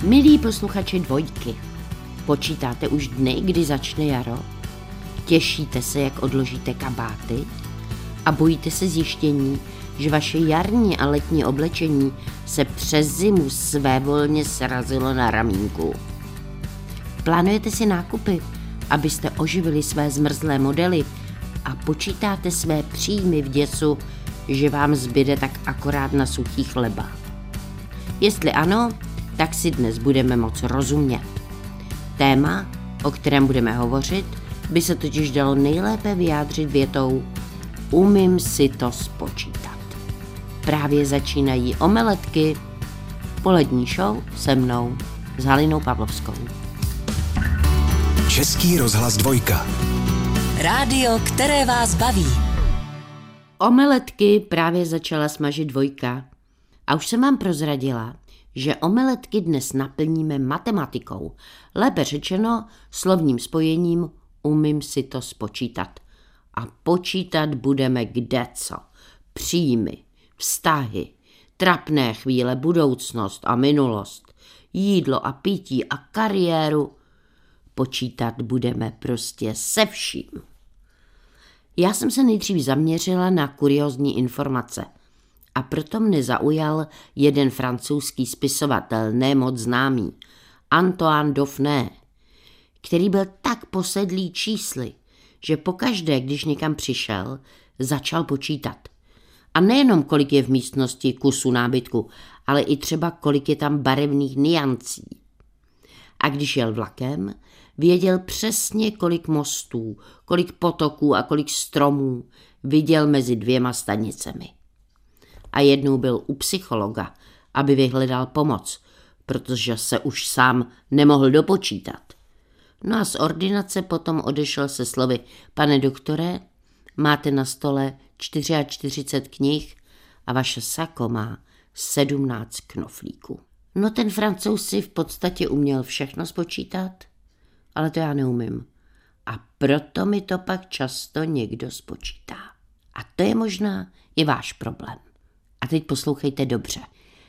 Milí posluchači Dvojky, počítáte už dny, kdy začne jaro? Těšíte se, jak odložíte kabáty? A bojíte se zjištění, že vaše jarní a letní oblečení se přes zimu svévolně srazilo na ramínku? Plánujete si nákupy, abyste oživili své zmrzlé modely a počítáte své příjmy v děsu, že vám zbyde tak akorát na suchý chleba? Jestli ano, tak si dnes budeme moc rozumět. Téma, o kterém budeme hovořit, by se totiž dalo nejlépe vyjádřit větou umím si to spočítat. Právě začínají omeletky, polední show se mnou, s Halinou Pavlovskou. Český rozhlas Dvojka. Rádio, které vás baví. Omeletky právě začala smažit Dvojka. A už jsem vám prozradila, že omeletky dnes naplníme matematikou, lépe řečeno slovním spojením umím si to spočítat. A počítat budeme kdeco. Příjmy, vztahy, trapné chvíle, budoucnost a minulost, jídlo a pití a kariéru. Počítat budeme prostě se vším. Já jsem se nejdřív zaměřila na kuriózní informace. A proto mne zaujal jeden francouzský spisovatel, ne moc známý, Antoine Dauphin, který byl tak posedlý čísly, že pokaždé, když někam přišel, začal počítat. A nejenom kolik je v místnosti kusů nábytku, ale i třeba kolik je tam barevných niancí. A když jel vlakem, věděl přesně kolik mostů, kolik potoků a kolik stromů viděl mezi dvěma stanicemi. A jednou byl u psychologa, aby vyhledal pomoc, protože se už sám nemohl dopočítat. No a z ordinace potom odešel se slovy: pane doktore, máte na stole 44 knih a vaše sako má 17 knoflíků. No ten Francouz si v podstatě uměl všechno spočítat, ale to já neumím. A proto mi to pak často někdo spočítá. A to je možná i váš problém. A teď poslouchejte dobře.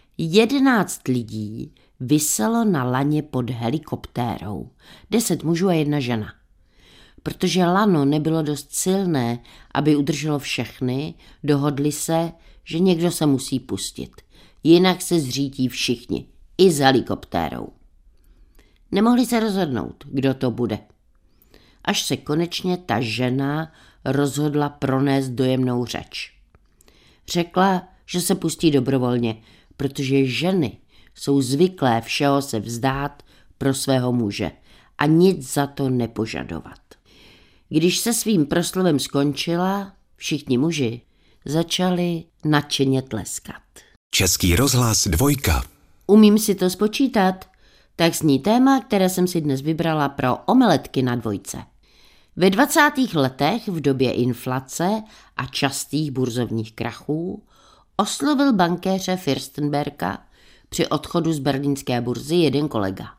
11 lidí viselo na laně pod helikoptérou. 10 mužů a 1 žena. Protože lano nebylo dost silné, aby udrželo všechny, dohodli se, že někdo se musí pustit. Jinak se zřítí všichni, i s helikoptérou. Nemohli se rozhodnout, kdo to bude. Až se konečně ta žena rozhodla pronést dojemnou řeč. Řekla, že se pustí dobrovolně, protože ženy jsou zvyklé všeho se vzdát pro svého muže a nic za to nepožadovat. Když se svým proslovem skončila, všichni muži začali nadšeně tleskat. Český rozhlas Dvojka. Umím si to spočítat? Tak zní téma, které jsem si dnes vybrala pro omeletky na Dvojce. Ve 20. letech v době inflace a častých burzovních krachů oslovil bankéře Fürstenberga při odchodu z berlínské burzy jeden kolega.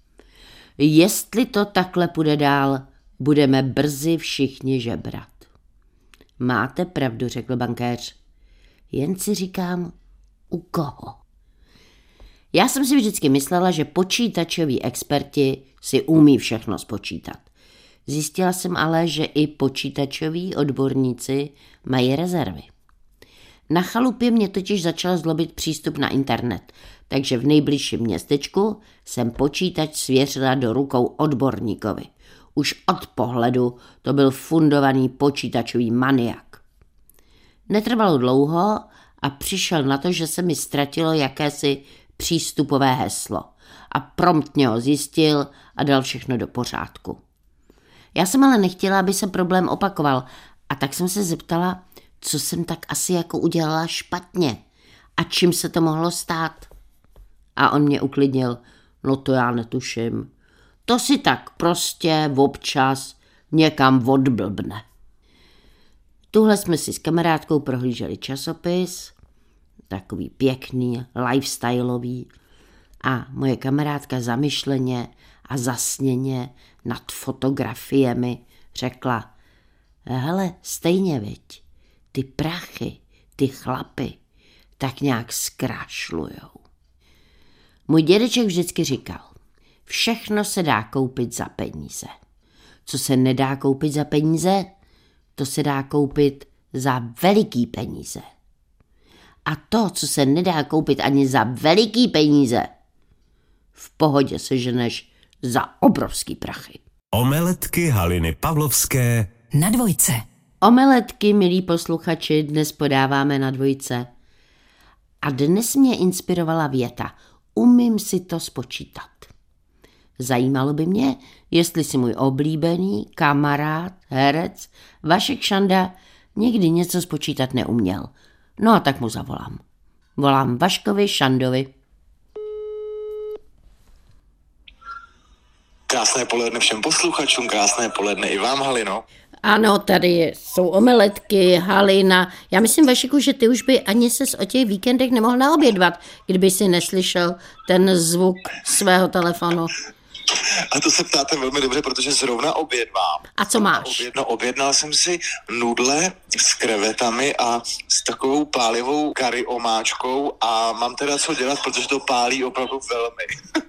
Jestli to takhle půjde dál, budeme brzy všichni žebrat. Máte pravdu, řekl bankéř. Jen si říkám, u koho? Já jsem si vždycky myslela, že počítačoví experti si umí všechno spočítat. Zjistila jsem ale, že i počítačoví odborníci mají rezervy. Na chalupě mě totiž začal zlobit přístup na internet, takže v nejbližším městečku jsem počítač svěřila do rukou odborníkovi. Už od pohledu to byl fundovaný počítačový maniak. Netrvalo dlouho a přišel na to, že se mi ztratilo jakési přístupové heslo a promptně ho zjistil a dal všechno do pořádku. Já jsem ale nechtěla, aby se problém opakoval, a tak jsem se zeptala, co jsem tak asi jako udělala špatně a čím se to mohlo stát. A on mě uklidnil, no to já netuším. To si tak prostě občas někam odblbne. Tuhle jsme si s kamarádkou prohlíželi časopis, takový pěkný, lifestyleový, a moje kamarádka zamyšleně a zasněně nad fotografiemi řekla: hele, stejně viď, ty prachy, ty chlapy tak nějak zkrašlujou. Můj dědeček vždycky říkal, všechno se dá koupit za peníze. Co se nedá koupit za peníze, to se dá koupit za veliký peníze. A to, co se nedá koupit ani za veliký peníze, v pohodě seženeš za obrovský prachy. Omeletky Haliny Pavlovské na Dvojce. Omeletky, milí posluchači, dnes podáváme na Dvojce. A dnes mě inspirovala věta, umím si to spočítat. Zajímalo by mě, jestli si můj oblíbený kamarád, herec Vašek Šanda někdy něco spočítat neuměl. No a tak mu zavolám. Volám Vaškovi Šandovi. Krásné poledne všem posluchačům, krásné poledne i vám, Halino. Ano, tady jsou omeletky, Halina. Já myslím, Vašiku, že ty už by ani ses o těch víkendech nemohl naobědvat, kdyby si neslyšel ten zvuk svého telefonu. A to se ptáte velmi dobře, protože zrovna obědvám. A co máš? Objednal jsem si nudle s krevetami a s takovou pálivou kari omáčkou a mám teda co dělat, protože to pálí opravdu velmi.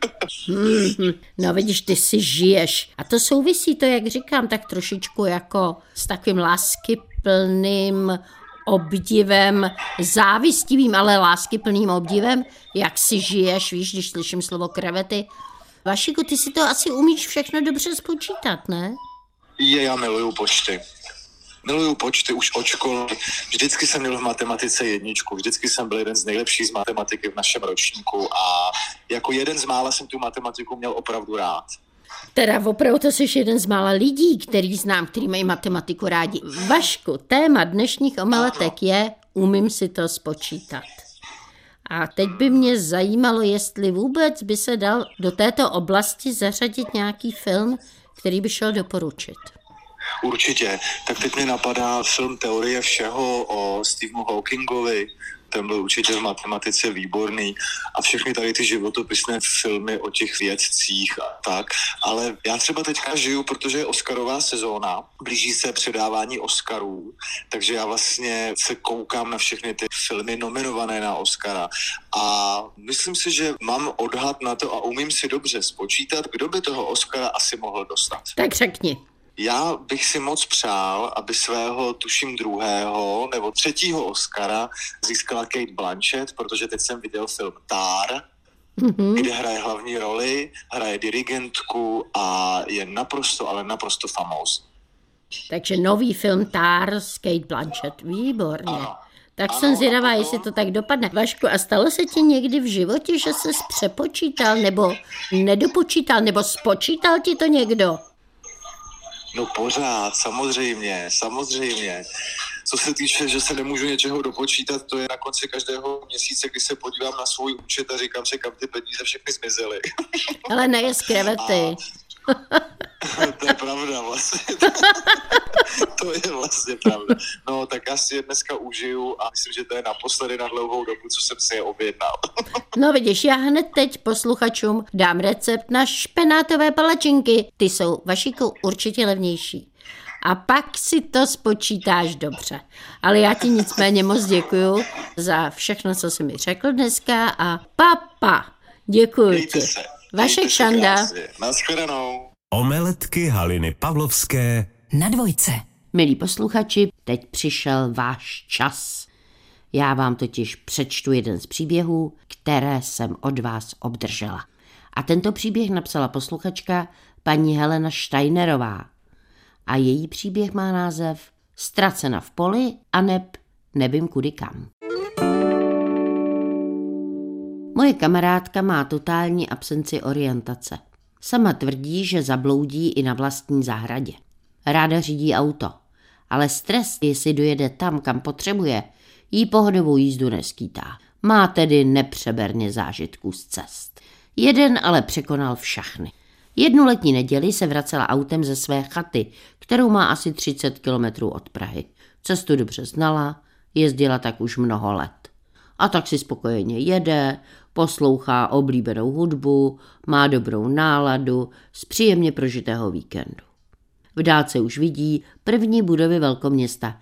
No vidíš, ty si žiješ. A to souvisí to, jak říkám, tak trošičku jako s takovým láskyplným obdivem, závistivým, ale láskyplným obdivem, jak si žiješ, víš, když slyším slovo krevety. Vašiku, ty si to asi umíš všechno dobře spočítat, ne? Já miluju počty. Miluju počty už od školy. Vždycky jsem měl v matematice 1. Vždycky jsem byl jeden z nejlepších z matematiky v našem ročníku a jako jeden z mála jsem tu matematiku měl opravdu rád. Teda opravdu to jsi jeden z mála lidí, který znám, který mají matematiku rádi. Vašku, téma dnešních omeletek je umím si to spočítat. A teď by mě zajímalo, jestli vůbec by se dal do této oblasti zařadit nějaký film, který by šel doporučit. Určitě. Tak teď mě napadá film Teorie všeho o Stephenu Hawkingovi. Ten byl určitě v matematice výborný a všechny tady ty životopisné filmy o těch vědcích a tak. Ale já třeba teďka žiju, protože je Oscarová sezóna, blíží se předávání Oscarů, takže já vlastně se koukám na všechny ty filmy nominované na Oscara a myslím si, že mám odhad na to a umím si dobře spočítat, kdo by toho Oscara asi mohl dostat. Tak řekni. Já bych si moc přál, aby svého, tuším, 2. nebo 3. Oscara získala Cate Blanchett, protože teď jsem viděl film Tar, kde hraje hlavní roli, hraje dirigentku a je naprosto, ale naprosto famózní. Takže nový film Tar s Cate Blanchett, výborně. Ano. Tak jsem zvědavá, jestli to tak dopadne. Vašku, a stalo se ti někdy v životě, že ses přepočítal, nebo nedopočítal, nebo spočítal ti to někdo? No pořád, samozřejmě. Co se týče, že se nemůžu něčeho dopočítat, to je na konci každého měsíce, kdy se podívám na svůj účet a říkám si, kam ty peníze všechny zmizely. Ale ne z krevety. To je pravda vlastně. To je vlastně pravda. No tak já si je dneska užiju a myslím, že to je naposledy na dlouhou dobu, co jsem si je objednal. No vidíš, já hned teď posluchačům dám recept na špenátové palačinky. Ty jsou, Vašiku, určitě levnější. A pak si to spočítáš dobře. Ale já ti nicméně moc děkuju za všechno, co jsi mi řekl dneska a papa, děkuju ti. Vašek Šanda. Naschledanou. Omeletky Haliny Pavlovské na Dvojce. Milí posluchači, teď přišel váš čas. Já vám totiž přečtu jeden z příběhů, které jsem od vás obdržela. A tento příběh napsala posluchačka paní Helena Steinerová. A její příběh má název Ztracena v poli aneb nevím kudy kam. Moje kamarádka má totální absenci orientace. Sama tvrdí, že zabloudí i na vlastní zahradě. Ráda řídí auto, ale stres, jestli dojede tam, kam potřebuje, jí pohodovou jízdu neskýtá. Má tedy nepřeberně zážitků z cest. Jeden ale překonal všechny. Jednu letní neděli se vracela autem ze své chaty, kterou má asi 30 kilometrů od Prahy. Cestu dobře znala, jezdila tak už mnoho let. A tak si spokojeně jede, poslouchá oblíbenou hudbu, má dobrou náladu z příjemně prožitého víkendu. V dálce už vidí první budovy velkoměsta.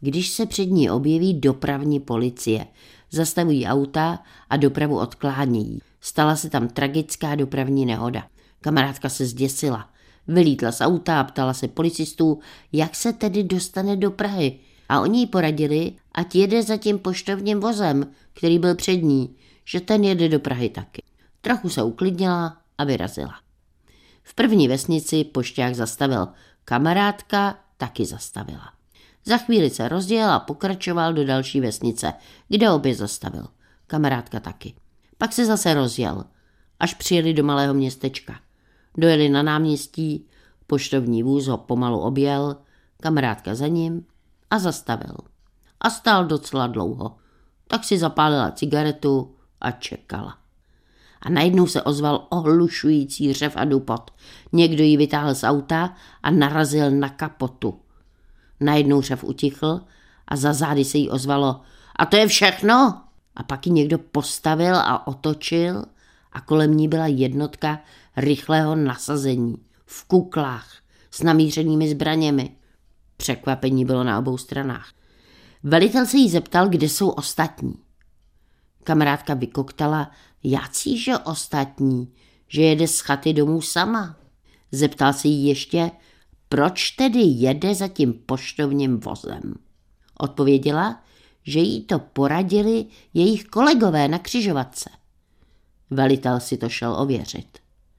když se před ní objeví dopravní policie. Zastavují auta a dopravu odklánějí. Stala se tam tragická dopravní nehoda. Kamarádka se zděsila. Vylítla z auta a ptala se policistů, jak se tedy dostane do Prahy. A oni jí poradili, ať jede za tím poštovním vozem, který byl před ní, že ten jede do Prahy taky. Trochu se uklidnila a vyrazila. V první vesnici pošťák zastavil. Kamarádka taky zastavila. Za chvíli se rozjel a pokračoval do další vesnice, kde opět zastavil. Kamarádka taky. Pak se zase rozjel, až přijeli do malého městečka. Dojeli na náměstí, poštovní vůz ho pomalu objel, kamarádka za ním a zastavil. A stál docela dlouho. Tak si zapálila cigaretu a čekala. A najednou se ozval ohlušující řev a dupot. Někdo ji vytáhl z auta a narazil na kapotu. Najednou řev utichl a za zády se jí ozvalo: a to je všechno? A pak ji někdo postavil a otočil a kolem ní byla jednotka rychlého nasazení v kuklách s namířenými zbraněmi. Překvapení bylo na obou stranách. Velitel se jí zeptal, kde jsou ostatní. Kamarádka vykoktala: jací ostatní, že jede z chaty domů sama. Zeptal se jí ještě, proč tedy jede za tím poštovním vozem. Odpověděla, že jí to poradili jejich kolegové na křižovatce. Velitel si to šel ověřit.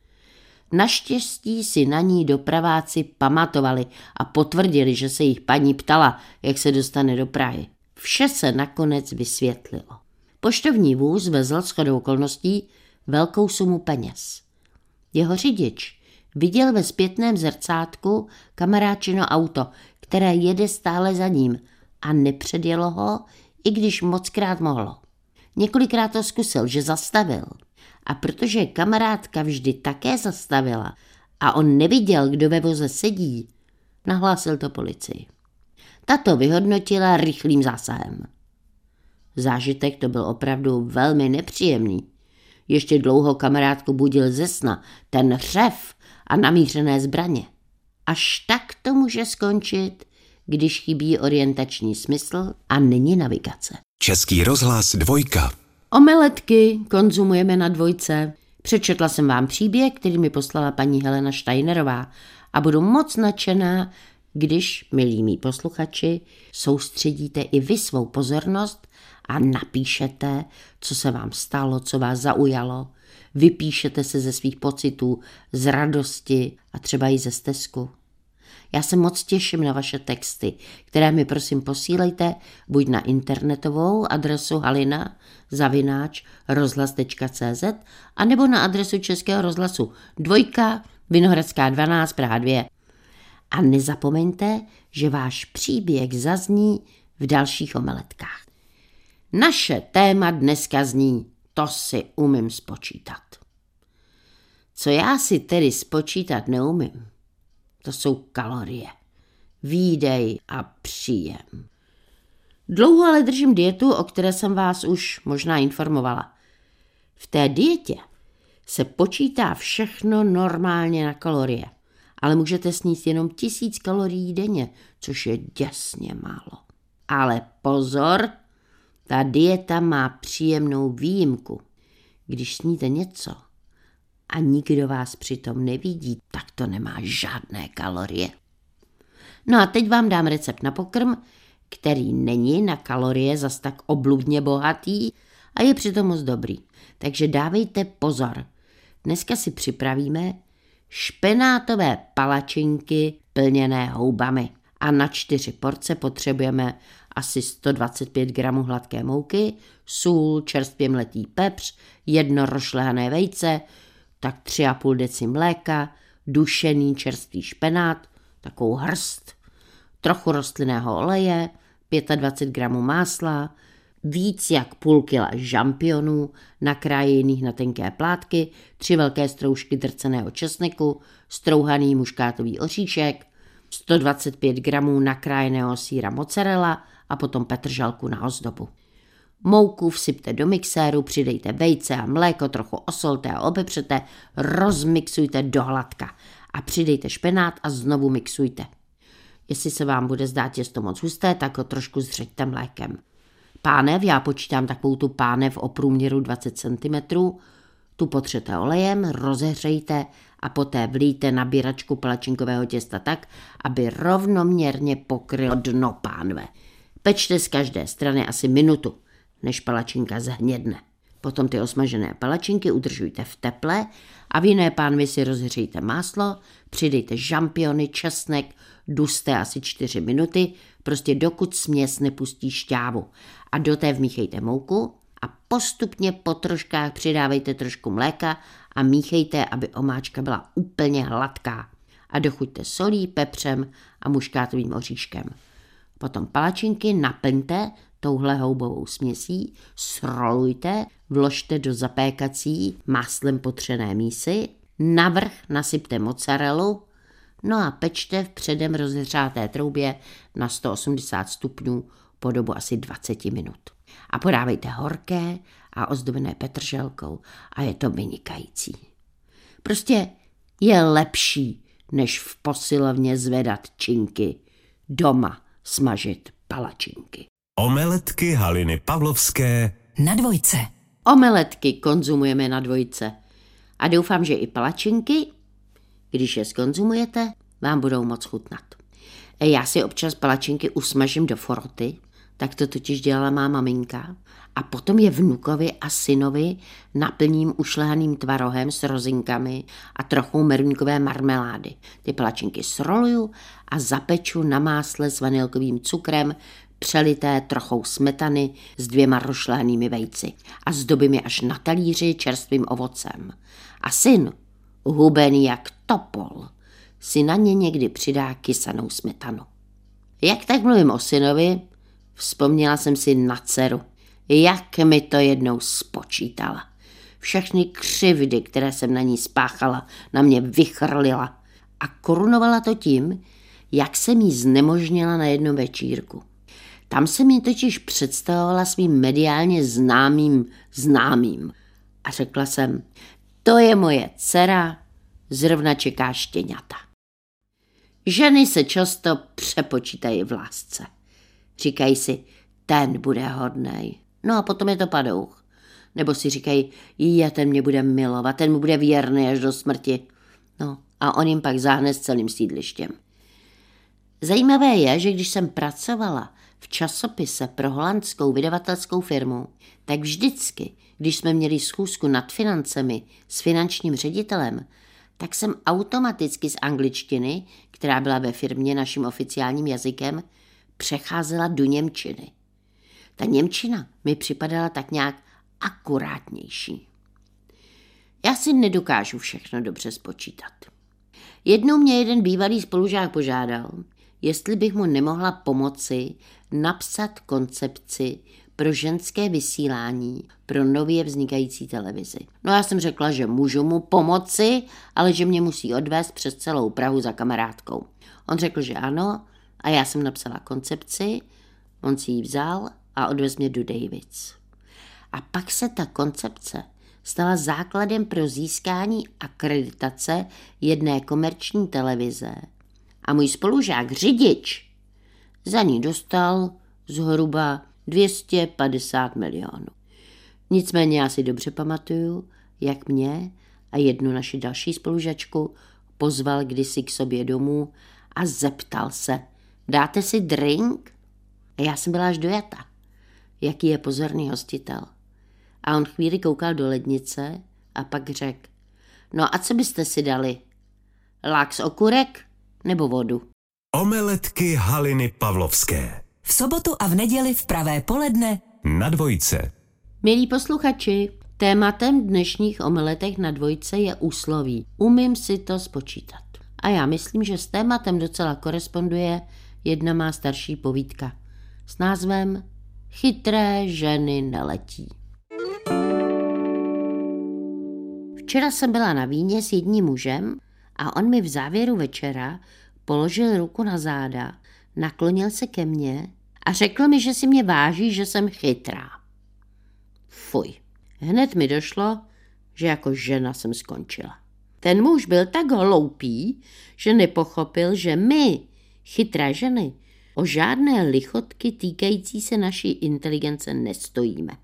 Naštěstí si na ní dopraváci pamatovali a potvrdili, že se jich paní ptala, jak se dostane do Prahy. Vše se nakonec vysvětlilo. Poštovní vůz vezl shodou okolností velkou sumu peněz. Jeho řidič viděl ve zpětném zrcátku kamarádčino auto, které jede stále za ním a nepředjelo ho, i když mockrát mohlo. Několikrát to zkusil, že zastavil. A protože kamarádka vždy také zastavila a on neviděl, kdo ve voze sedí, nahlásil to policii. Tato vyhodnotila rychlým zásahem. Zážitek to byl opravdu velmi nepříjemný. Ještě dlouho kamarádku budil ze sna ten řev a namířené zbraně. Až tak to může skončit, když chybí orientační smysl a není navigace. Český rozhlas 2. Omeletky konzumujeme na 2. Přečetla jsem vám příběh, který mi poslala paní Helena Steinerová a budu moc nadšená, když, milí mí posluchači, soustředíte i vy svou pozornost a napíšete, co se vám stalo, co vás zaujalo. Vypíšete se ze svých pocitů, z radosti a třeba i ze stesku. Já se moc těším na vaše texty, které mi prosím posílejte buď na internetovou adresu halina@rozhlas.cz anebo na adresu Českého rozhlasu 2, Vinohradská 12, Praha 2. A nezapomeňte, že váš příběh zazní v dalších omeletkách. Naše téma dneska zní: to si umím spočítat. Co já si tedy spočítat neumím, to jsou kalorie, výdej a příjem. Dlouho ale držím dietu, o které jsem vás už možná informovala. V té dietě se počítá všechno normálně na kalorie, ale můžete sníst jenom 1000 kalorií denně, což je děsně málo. Ale pozor, ta dieta má příjemnou výjimku. Když sníte něco a nikdo vás přitom nevidí, tak to nemá žádné kalorie. No a teď vám dám recept na pokrm, který není na kalorie zas tak obludně bohatý a je přitom moc dobrý. Takže dávejte pozor. Dneska si připravíme špenátové palačinky plněné houbami. A na 4 porce potřebujeme asi 125 gramů hladké mouky, sůl, čerstvě mletý pepř, 1 rošlehané vejce, tak 3,5 deci mléka, dušený čerstvý špenát, takovou hrst, trochu rostlinného oleje, 25 gramů másla, víc jak půl kila žampionů nakrájených na tenké plátky, 3 velké stroužky drceného česneku, strouhaný muškátový oříšek, 125 gramů nakrájeného sýra mozzarella a potom petržalku na ozdobu. Mouku vsypte do mixéru, přidejte vejce a mléko, trochu osolte a opepřete, rozmixujte do hladka a přidejte špenát a znovu mixujte. Jestli se vám bude zdát těsto moc husté, tak ho trošku zřeďte mlékem. Pánev, já počítám takovou tu pánev o průměru 20 cm, tu potřete olejem, rozehřejte a poté vlijte nabíračku palačinkového těsta tak, aby rovnoměrně pokrylo dno pánve. Pečte z každé strany asi minutu, než palačinka zhnědne. Potom ty osmažené palačinky udržujte v teple a v jiné pánvi si rozhřejte máslo, přidejte žampiony, česnek, duste asi 4 minuty, prostě dokud směs nepustí šťávu. A do té vmíchejte mouku a postupně po troškách přidávejte trošku mléka a míchejte, aby omáčka byla úplně hladká. A dochuťte solí, pepřem a muškátovým oříškem. Potom palačinky naplňte touhle houbovou směsí, srolujte, vložte do zapékací máslem potřené mísy, navrch nasypte mozzarellu, no a pečte v předem rozehřáté troubě na 180 stupňů po dobu asi 20 minut. A podávejte horké a ozdobené petrželkou a je to vynikající. Prostě je lepší, než v posilovně zvedat činky, doma smažit palačinky. Omeletky Haliny Pavlovské Na dvojce. Omeletky konzumujeme na dvojce. A doufám, že i palačinky, když je skonzumujete, vám budou moc chutnat. Já si občas palačinky usmažím do foroty, tak to totiž dělala má maminka. A potom je vnukovi a synovi naplním ušlehaným tvarohem s rozinkami a trochou meruňkové marmelády. Ty palačinky sroluju a zapeču na másle s vanilkovým cukrem, přelité trochou smetany s 2 rošlehanými vejci a zdobím je až na talíři čerstvým ovocem. A syn, hubený jak topol, si na ně někdy přidá kysanou smetanu. Jak tak mluvím o synovi, vzpomněla jsem si na dceru. Jak mi to jednou spočítala. Všechny křivdy, které jsem na ní spáchala, na mě vychrlila a korunovala to tím, jak jsem jí znemožnila na jednom večírku. Tam jsem ji totiž představovala svým mediálně známým. A řekla jsem, to je moje dcera, zrovna čeká štěňata. Ženy se často přepočítají v lásce. Říkají si, ten bude hodnej. No a potom je to padouch. Nebo si říkají, ten mě bude milovat, ten mu bude věrný až do smrti. No a on jim pak záhne s celým sídlištěm. Zajímavé je, že když jsem pracovala v časopise pro holandskou vydavatelskou firmu, tak vždycky, když jsme měli schůzku nad financemi s finančním ředitelem, tak jsem automaticky z angličtiny, která byla ve firmě naším oficiálním jazykem, přecházela do němčiny. Ta němčina mi připadala tak nějak akurátnější. Já si nedokážu všechno dobře spočítat. Jednou mě jeden bývalý spolužák požádal, jestli bych mu nemohla pomoci napsat koncepci pro ženské vysílání pro nově vznikající televizi. No já jsem řekla, že můžu mu pomoci, ale že mě musí odvést přes celou Prahu za kamarádkou. On řekl, že ano a já jsem napsala koncepci, on si ji vzal a odvez mě do Davids. A pak se ta koncepce stala základem pro získání akreditace jedné komerční televize a můj spolužák řidič za ní dostal zhruba 250 milionů. Nicméně já si dobře pamatuju, jak mě a jednu naši další spolužačku pozval kdysi k sobě domů a zeptal se, dáte si drink? A já jsem byla až dojata, jaký je pozorný hostitel. A on chvíli koukal do lednice a pak řekl, no a co byste si dali? Lák z okurek nebo vodu? Omeletky Haliny Pavlovské. V sobotu a v neděli v pravé poledne Na dvojce. Milí posluchači, tématem dnešních omeletek na dvojce je úsloví. Umím si to spočítat. A já myslím, že s tématem docela koresponduje jedna má starší povídka s názvem Chytré ženy neletí. Včera jsem byla na víně s jedním mužem a on mi v závěru večera položil ruku na záda, naklonil se ke mně a řekl mi, že si mě váží, že jsem chytrá. Fuj, hned mi došlo, že jako žena jsem skončila. Ten muž byl tak hloupý, že nepochopil, že my, Chytré ženy o žádné lichotky týkající se naší inteligence nestojíme.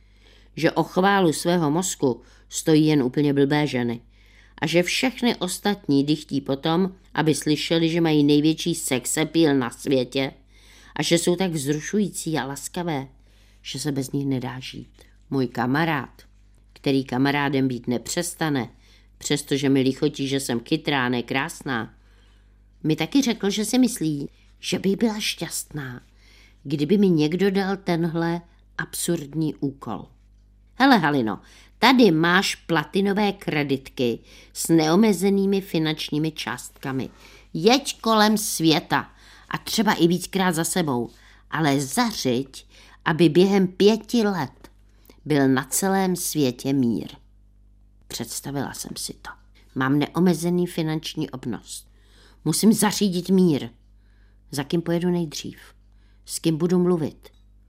Že o chválu svého mozku stojí jen úplně blbé ženy. A že všechny ostatní dychtí potom, aby slyšeli, že mají největší sex appeal na světě a že jsou tak vzrušující a laskavé, že se bez nich nedá žít. Můj kamarád, který kamarádem být nepřestane, přestože mi lichotí, že jsem chytrá, ne krásná, mi taky řekl, že si myslí, že by byla šťastná, kdyby mi někdo dal tenhle absurdní úkol. Hele Halino, tady máš platinové kreditky s neomezenými finančními částkami. Jeď kolem světa a třeba i víckrát za sebou, ale zařiď, aby během 5 let byl na celém světě mír. Představila jsem si to. Mám neomezený finanční obnos. Musím zařídit mír. Za kým pojedu nejdřív? S kým budu mluvit?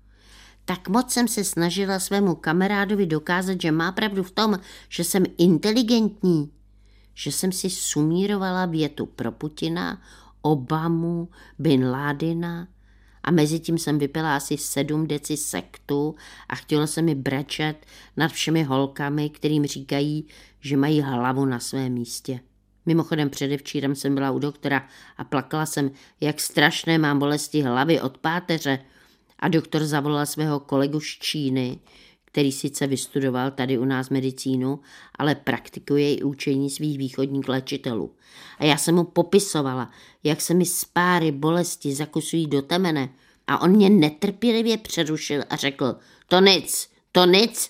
Tak moc jsem se snažila svému kamarádovi dokázat, že má pravdu v tom, že jsem inteligentní, že jsem si sumírovala větu pro Putina, Obamu, Bin Ládina a mezi tím jsem vypila asi 7 deci sektu a chtěla se mi brečet nad všemi holkami, kterým říkají, že mají hlavu na svém místě. Mimochodem předevčírem jsem byla u doktora a plakala jsem, jak strašné mám bolesti hlavy od páteře, a doktor zavolal svého kolegu z Číny, který sice vystudoval tady u nás medicínu, ale praktikuje i učení svých východních léčitelů. A já jsem mu popisovala, jak se mi spáry bolesti zakusují do temene a on mě netrpělivě přerušil a řekl, to nic,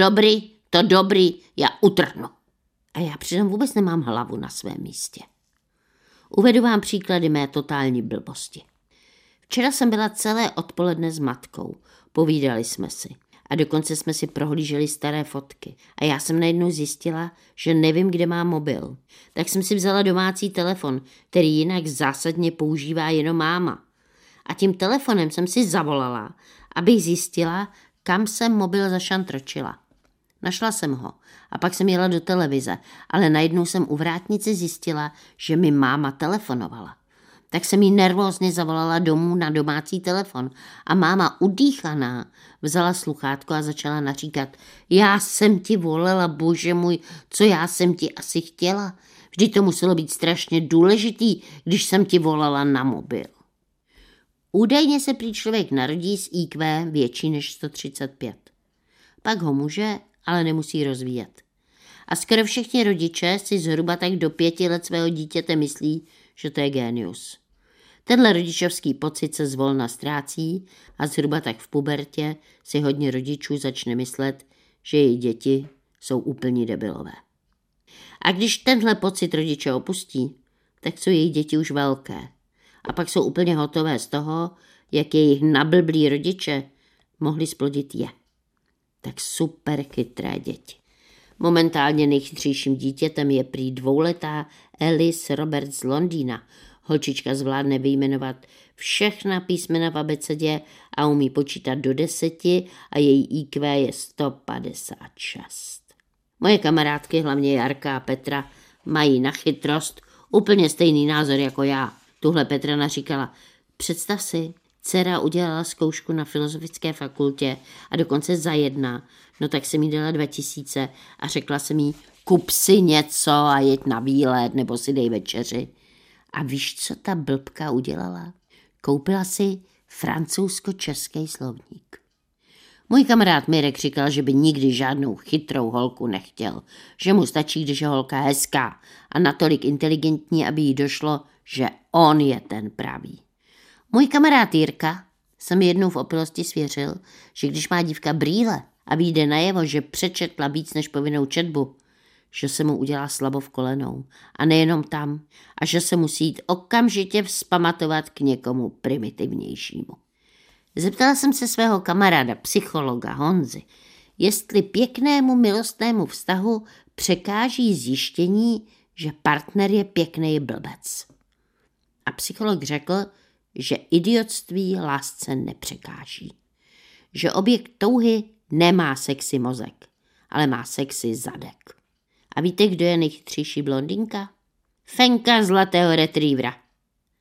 to dobrý, já utrhnu. A já přitom vůbec nemám hlavu na svém místě. Uvedu vám příklady mé totální blbosti. Včera jsem byla celé odpoledne s matkou, povídali jsme si a dokonce jsme si prohlíželi staré fotky a já jsem najednou zjistila, že nevím, kde mám mobil. Tak jsem si vzala domácí telefon, který jinak zásadně používá jenom máma. A tím telefonem jsem si zavolala, abych zjistila, kam jsem mobil zašantročila. Našla jsem ho a pak jsem jela do televize, ale najednou jsem u vrátnice zjistila, že mi máma telefonovala. Tak jsem jí nervózně zavolala domů na domácí telefon a máma udýchaná vzala sluchátko a začala naříkat, já jsem ti volala, bože můj, co já jsem ti asi chtěla. Vždyť to muselo být strašně důležitý, když jsem ti volala na mobil. Údajně se prý člověk narodí s IQ větší než 135. Pak ho může, ale nemusí rozvíjet. A skoro všichni rodiče si zhruba tak do 5 let svého dítěte myslí, že to je génius. Tenhle rodičovský pocit se zvolna ztrácí a zhruba tak v pubertě si hodně rodičů začne myslet, že jejich děti jsou úplní debilové. A když tenhle pocit rodiče opustí, tak jsou jejich děti už velké. A pak jsou úplně hotové z toho, jak jejich nablblí rodiče mohli splodit je. Tak super chytré děti. Momentálně nejchytřejším dítětem je prý 2letá Alice Roberts z Londýna. Holčička zvládne vyjmenovat všechna písmena v abecedě a umí počítat do 10 a její IQ je 156. Moje kamarádky, hlavně Jarka a Petra, mají na chytrost úplně stejný názor jako já. Tuhle Petra naříkala, představ si, dcera udělala zkoušku na filozofické fakultě a dokonce za 1, no tak jsem jí dala 2000 a řekla jsem jí, kup si něco a jeď na výlet nebo si dej večeři. A víš, co ta blbka udělala? Koupila si francouzsko-český slovník. Můj kamarád Mirek říkal, že by nikdy žádnou chytrou holku nechtěl, že mu stačí, když je holka hezká a natolik inteligentní, aby jí došlo, že on je ten pravý. Můj kamarád Jirka se mi jednou v opilosti svěřil, že když má dívka brýle a vyjde najevo, že přečetla víc než povinnou četbu, že se mu udělá slabo v kolenou a nejenom tam a že se musí jít okamžitě vzpamatovat k někomu primitivnějšímu. Zeptala jsem se svého kamaráda, psychologa Honzy, jestli pěknému milostnému vztahu překáží zjištění, že partner je pěkný blbec. A psycholog řekl, že idiotství lásce nepřekáží. Že objekt touhy nemá sexy mozek, ale má sexy zadek. A víte, kdo je nejchytřejší blondýnka? Fenka zlatého retrievera.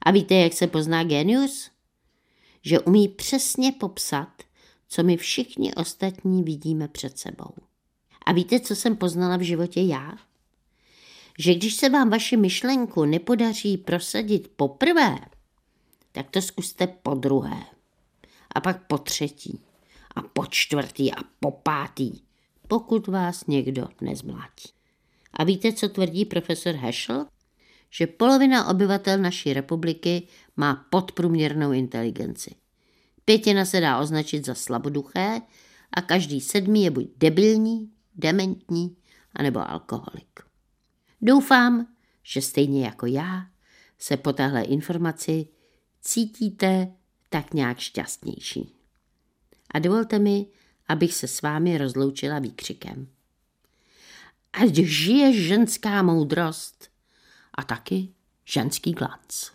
A víte, jak se pozná génius? Že umí přesně popsat, co my všichni ostatní vidíme před sebou. A víte, co jsem poznala v životě já? Že když se vám vaši myšlenku nepodaří prosadit poprvé, tak to zkuste podruhé. A pak po třetí. A po čtvrtý a po pátý. Pokud vás někdo nezmlátí. A víte, co tvrdí profesor Heschel? Že polovina obyvatel naší republiky má podprůměrnou inteligenci. 5 se dá označit za slaboduché a každý 7 je buď debilní, dementní, anebo alkoholik. Doufám, že stejně jako já se po téhle informaci cítíte tak nějak šťastnější. A dovolte mi, abych se s vámi rozloučila výkřikem. Ať žije ženská moudrost a taky ženský glanc.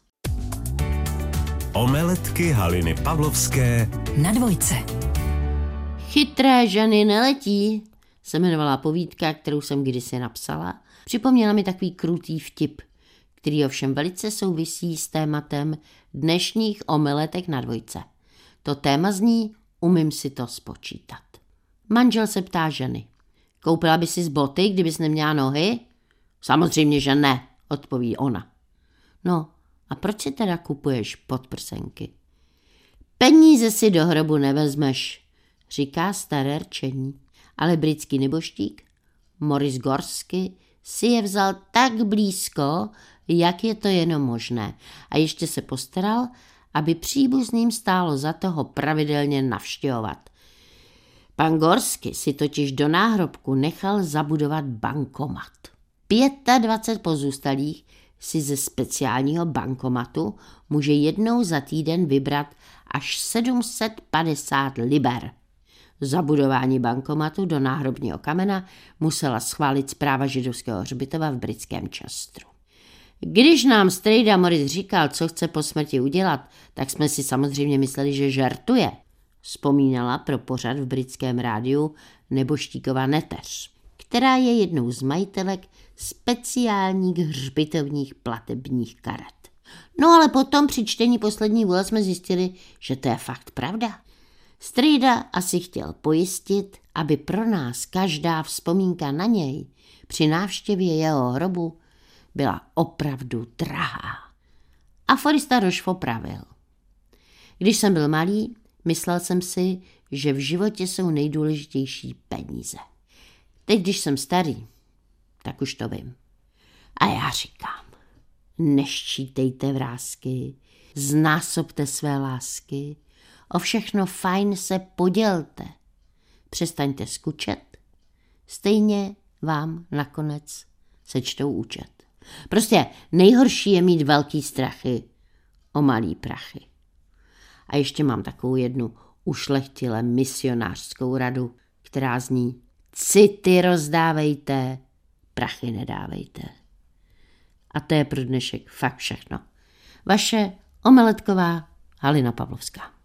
Omeletky Haliny Pavlovské Na dvojce. Chytré ženy neletí, se jmenovala povídka, kterou jsem kdysi napsala. Připomněla mi takový krutý vtip, který ovšem velice souvisí s tématem dnešních omeletek na dvojce. To téma zní: umím si to spočítat. Manžel se ptá ženy: koupila by si boty, kdybys neměla nohy? Samozřejmě, že ne, odpoví ona. No, a proč si teda kupuješ podprsenky? Peníze si do hrobu nevezmeš, říká staré rčení. Ale britský neboštík Morris Gorsky si je vzal tak blízko, jak je to jenom možné. A ještě se postaral, aby příbuzným stálo za to ho pravidelně navštěvovat. Pan Gorsky si totiž do náhrobku nechal zabudovat bankomat. 25 pozůstalých si ze speciálního bankomatu může jednou za týden vybrat až 750 liber. Zabudování bankomatu do náhrobního kamena musela schválit správa židovského hřbitova v britském Chesteru. Když nám strejda Morris říkal, co chce po smrti udělat, tak jsme si samozřejmě mysleli, že žertuje, vzpomínala pro pořad v britském rádiu neboštíková neteř, která je jednou z majitelek speciálních hřbitovních platebních karet. No ale potom při čtení Poslední vůle jsme zjistili, že to je fakt pravda. Strýda asi chtěl pojistit, aby pro nás každá vzpomínka na něj při návštěvě jeho hrobu byla opravdu drahá. Aforista Rochefort pravil: když jsem byl malý, myslel jsem si, že v životě jsou nejdůležitější peníze. Teď, když jsem starý, tak už to vím. A já říkám: neščítejte vrásky, znásobte své lásky, o všechno fajn se podělte. Přestaňte skučet, stejně vám nakonec sečtou účet. Prostě nejhorší je mít velký strachy o malý prachy. A ještě mám takovou jednu ušlechtile misionářskou radu, která zní: city rozdávejte, prachy nedávejte. A to je pro dnešek fakt všechno. Vaše omeletková Halina Pavlovská.